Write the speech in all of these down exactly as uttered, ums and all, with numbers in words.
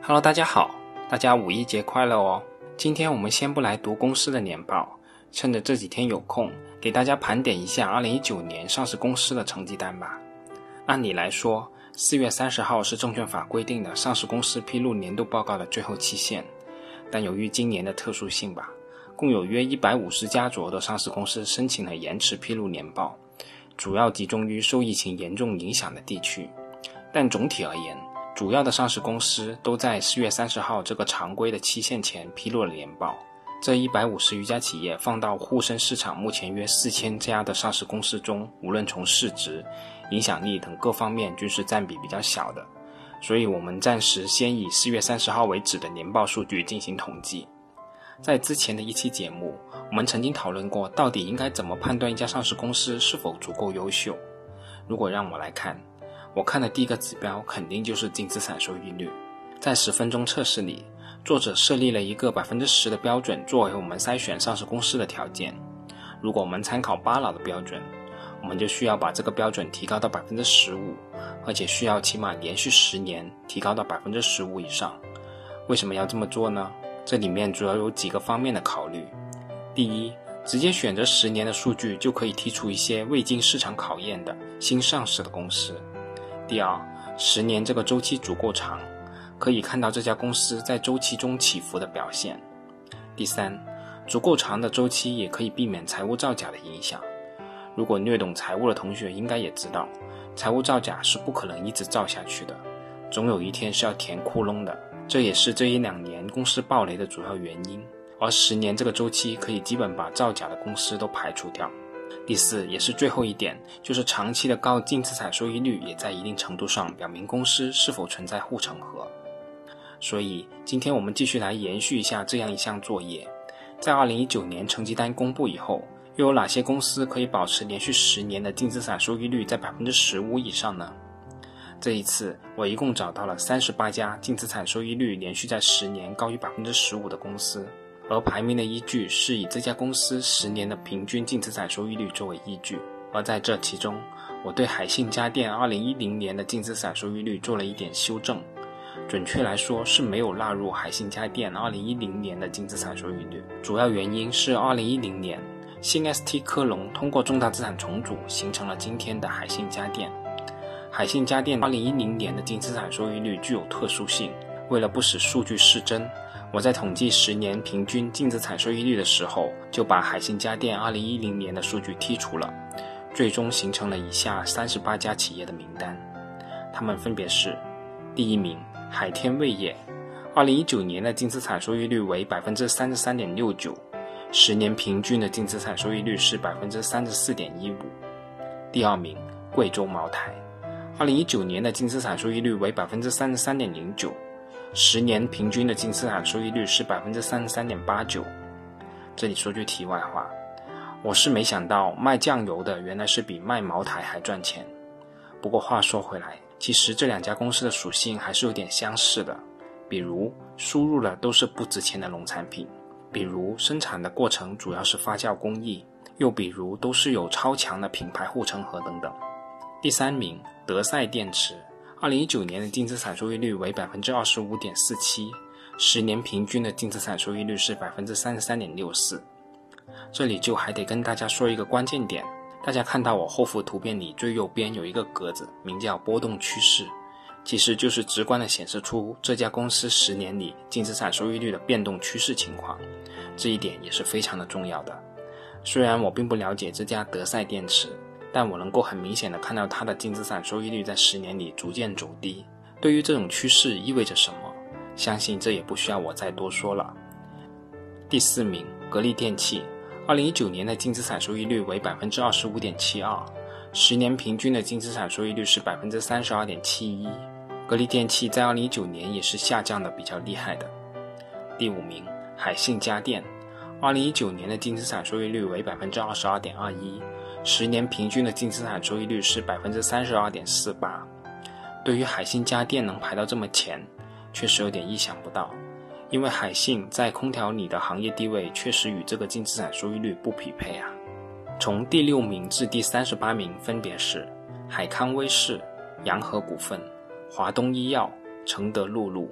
Hello， 大家好，大家五一节快乐哦！今天我们先不来读公司的年报，趁着这几天有空，给大家盘点一下二零一九年上市公司的成绩单吧。按理来说，四月三十号是证券法规定的上市公司披露年度报告的最后期限，但由于今年的特殊性吧，共有约一百五十家左右的上市公司申请了延迟披露年报，主要集中于受疫情严重影响的地区。但总体而言，主要的上市公司都在四月三十号这个常规的期限前披露了年报。这一百五十余家企业放到沪深市场目前约四千家的上市公司中，无论从市值、影响力等各方面均是占比比较小的，所以我们暂时先以四月三十号为止的年报数据进行统计。在之前的一期节目，我们曾经讨论过到底应该怎么判断一家上市公司是否足够优秀。如果让我来看，我看的第一个指标肯定就是净资产收益率。在十分钟测试里，作者设立了一个 百分之十 的标准作为我们筛选上市公司的条件。如果我们参考巴老的标准，我们就需要把这个标准提高到 百分之十五， 而且需要起码连续十年提高到 百分之十五 以上。为什么要这么做呢？这里面主要有几个方面的考虑。第一，直接选择十年的数据就可以剔除一些未经市场考验的新上市的公司。第二，十年这个周期足够长，可以看到这家公司在周期中起伏的表现。第三，足够长的周期也可以避免财务造假的影响。如果略懂财务的同学应该也知道，财务造假是不可能一直造下去的，总有一天是要填窟窿的，这也是这一两年公司暴雷的主要原因。而十年这个周期可以基本把造假的公司都排除掉。第四，也是最后一点，就是长期的高净资产收益率也在一定程度上表明公司是否存在护城河。所以今天我们继续来延续一下这样一项作业。在二零一九年成绩单公布以后，又有哪些公司可以保持连续十年的净资产收益率在 百分之十五 以上呢？这一次我一共找到了三十八家净资产收益率连续在十年高于 百分之十五 的公司，而排名的依据是以这家公司十年的平均净资产收益率作为依据。而在这其中，我对海信家电二零一零年的净资产收益率做了一点修正，准确来说是没有纳入海信家电二零一零年的净资产收益率。主要原因是二零一零年新 S T 科龙通过重大资产重组形成了今天的海信家电。海信家电二零一零年的净资产收益率具有特殊性，为了不使数据失真，我在统计十年平均净资产收益率的时候，就把海信家电二零一零年的数据剔除了，最终形成了以下三十八家企业的名单。它们分别是：第一名，海天味业，二零一九年的净资产收益率为 百分之三十三点六九， 十年平均的净资产收益率是 百分之三十四点一五。第二名，贵州茅台，二零一九年的净资产收益率为 百分之三十三点零九，十年平均的净资产收益率是 百分之三十三点八九。 这里说句题外话，我是没想到卖酱油的原来是比卖茅台还赚钱。不过话说回来，其实这两家公司的属性还是有点相似的，比如输入的都是不值钱的农产品，比如生产的过程主要是发酵工艺，又比如都是有超强的品牌护城河等等。第三名，德赛电池，二零一九年的净资产收益率为 百分之二十五点四七， 十年平均的净资产收益率是 百分之三十三点六四。 这里就还得跟大家说一个关键点，大家看到我后幅图片里最右边有一个格子，名叫波动趋势，其实就是直观地显示出这家公司十年里净资产收益率的变动趋势情况，这一点也是非常的重要的。虽然我并不了解这家德赛电池，但我能够很明显地看到它的净资产收益率在十年里逐渐走低。对于这种趋势意味着什么，相信这也不需要我再多说了。第四名，格力电器，二零一九年的净资产收益率为 百分之二十五点七二， 十年平均的净资产收益率是 百分之三十二点七一。 格力电器在二零一九年也是下降的比较厉害的。第五名，海信家电，二零一九年的净资产收益率为 百分之二十二点二一，十年平均的净资产收益率是 百分之三十二点四八。 对于海信家电能排到这么前，确实有点意想不到，因为海信在空调里的行业地位确实与这个净资产收益率不匹配啊。从第六名至第三十八名分别是海康威视、洋河股份、华东医药、承德露露、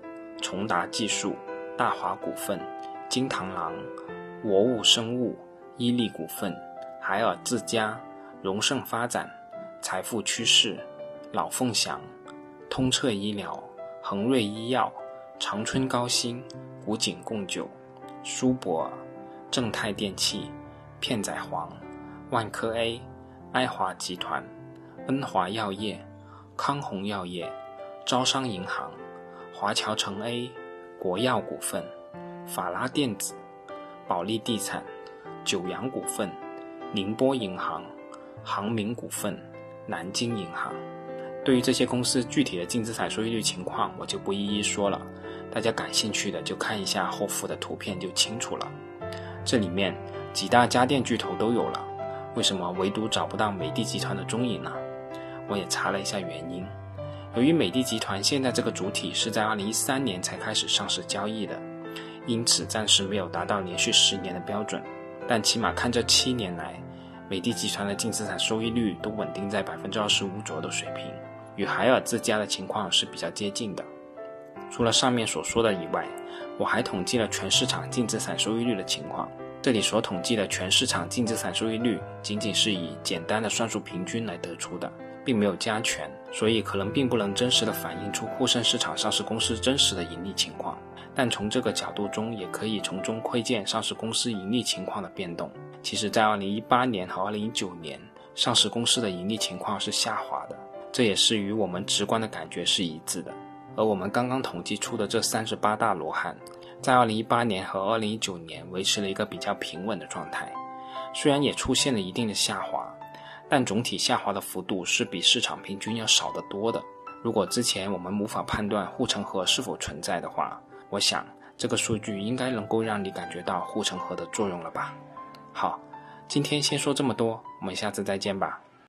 崇达技术、大华股份、金螳螂、我物生物、伊利股份、海尔自家、荣盛发展、财富趋势、老凤祥、通彻医疗、恒瑞医药、长春高新、古井贡酒、舒泊尔、正泰电器、片仔癀、万科 A、爱华集团、恩华药业、康弘药业、招商银行、华侨城 A、国药股份、法拉电子、保利地产、九阳股份、宁波银行、航明股份、南京银行。对于这些公司具体的净资产收益率情况，我就不一一说了，大家感兴趣的就看一下后附的图片就清楚了。这里面几大家电巨头都有了，为什么唯独找不到美的集团的踪影呢？我也查了一下原因，由于美的集团现在这个主体是在二零一三年才开始上市交易的，因此暂时没有达到连续十年的标准，但起码看这七年来，美的集团的净资产收益率都稳定在 百分之二十五 左右的水平，与海尔自家的情况是比较接近的。除了上面所说的以外，我还统计了全市场净资产收益率的情况。这里所统计的全市场净资产收益率仅仅是以简单的算术平均来得出的，并没有加权，所以可能并不能真实的反映出沪深市场上市公司真实的盈利情况。但从这个角度中，也可以从中窥见上市公司盈利情况的变动。其实在二零一八年和二零一九年，上市公司的盈利情况是下滑的，这也是与我们直观的感觉是一致的。而我们刚刚统计出的这三十八大罗汉，在二零一八年和二零一九年维持了一个比较平稳的状态，虽然也出现了一定的下滑，但总体下滑的幅度是比市场平均要少得多的。如果之前我们无法判断护城河是否存在的话，我想这个数据应该能够让你感觉到护城河的作用了吧。好，今天先说这么多，我们下次再见吧。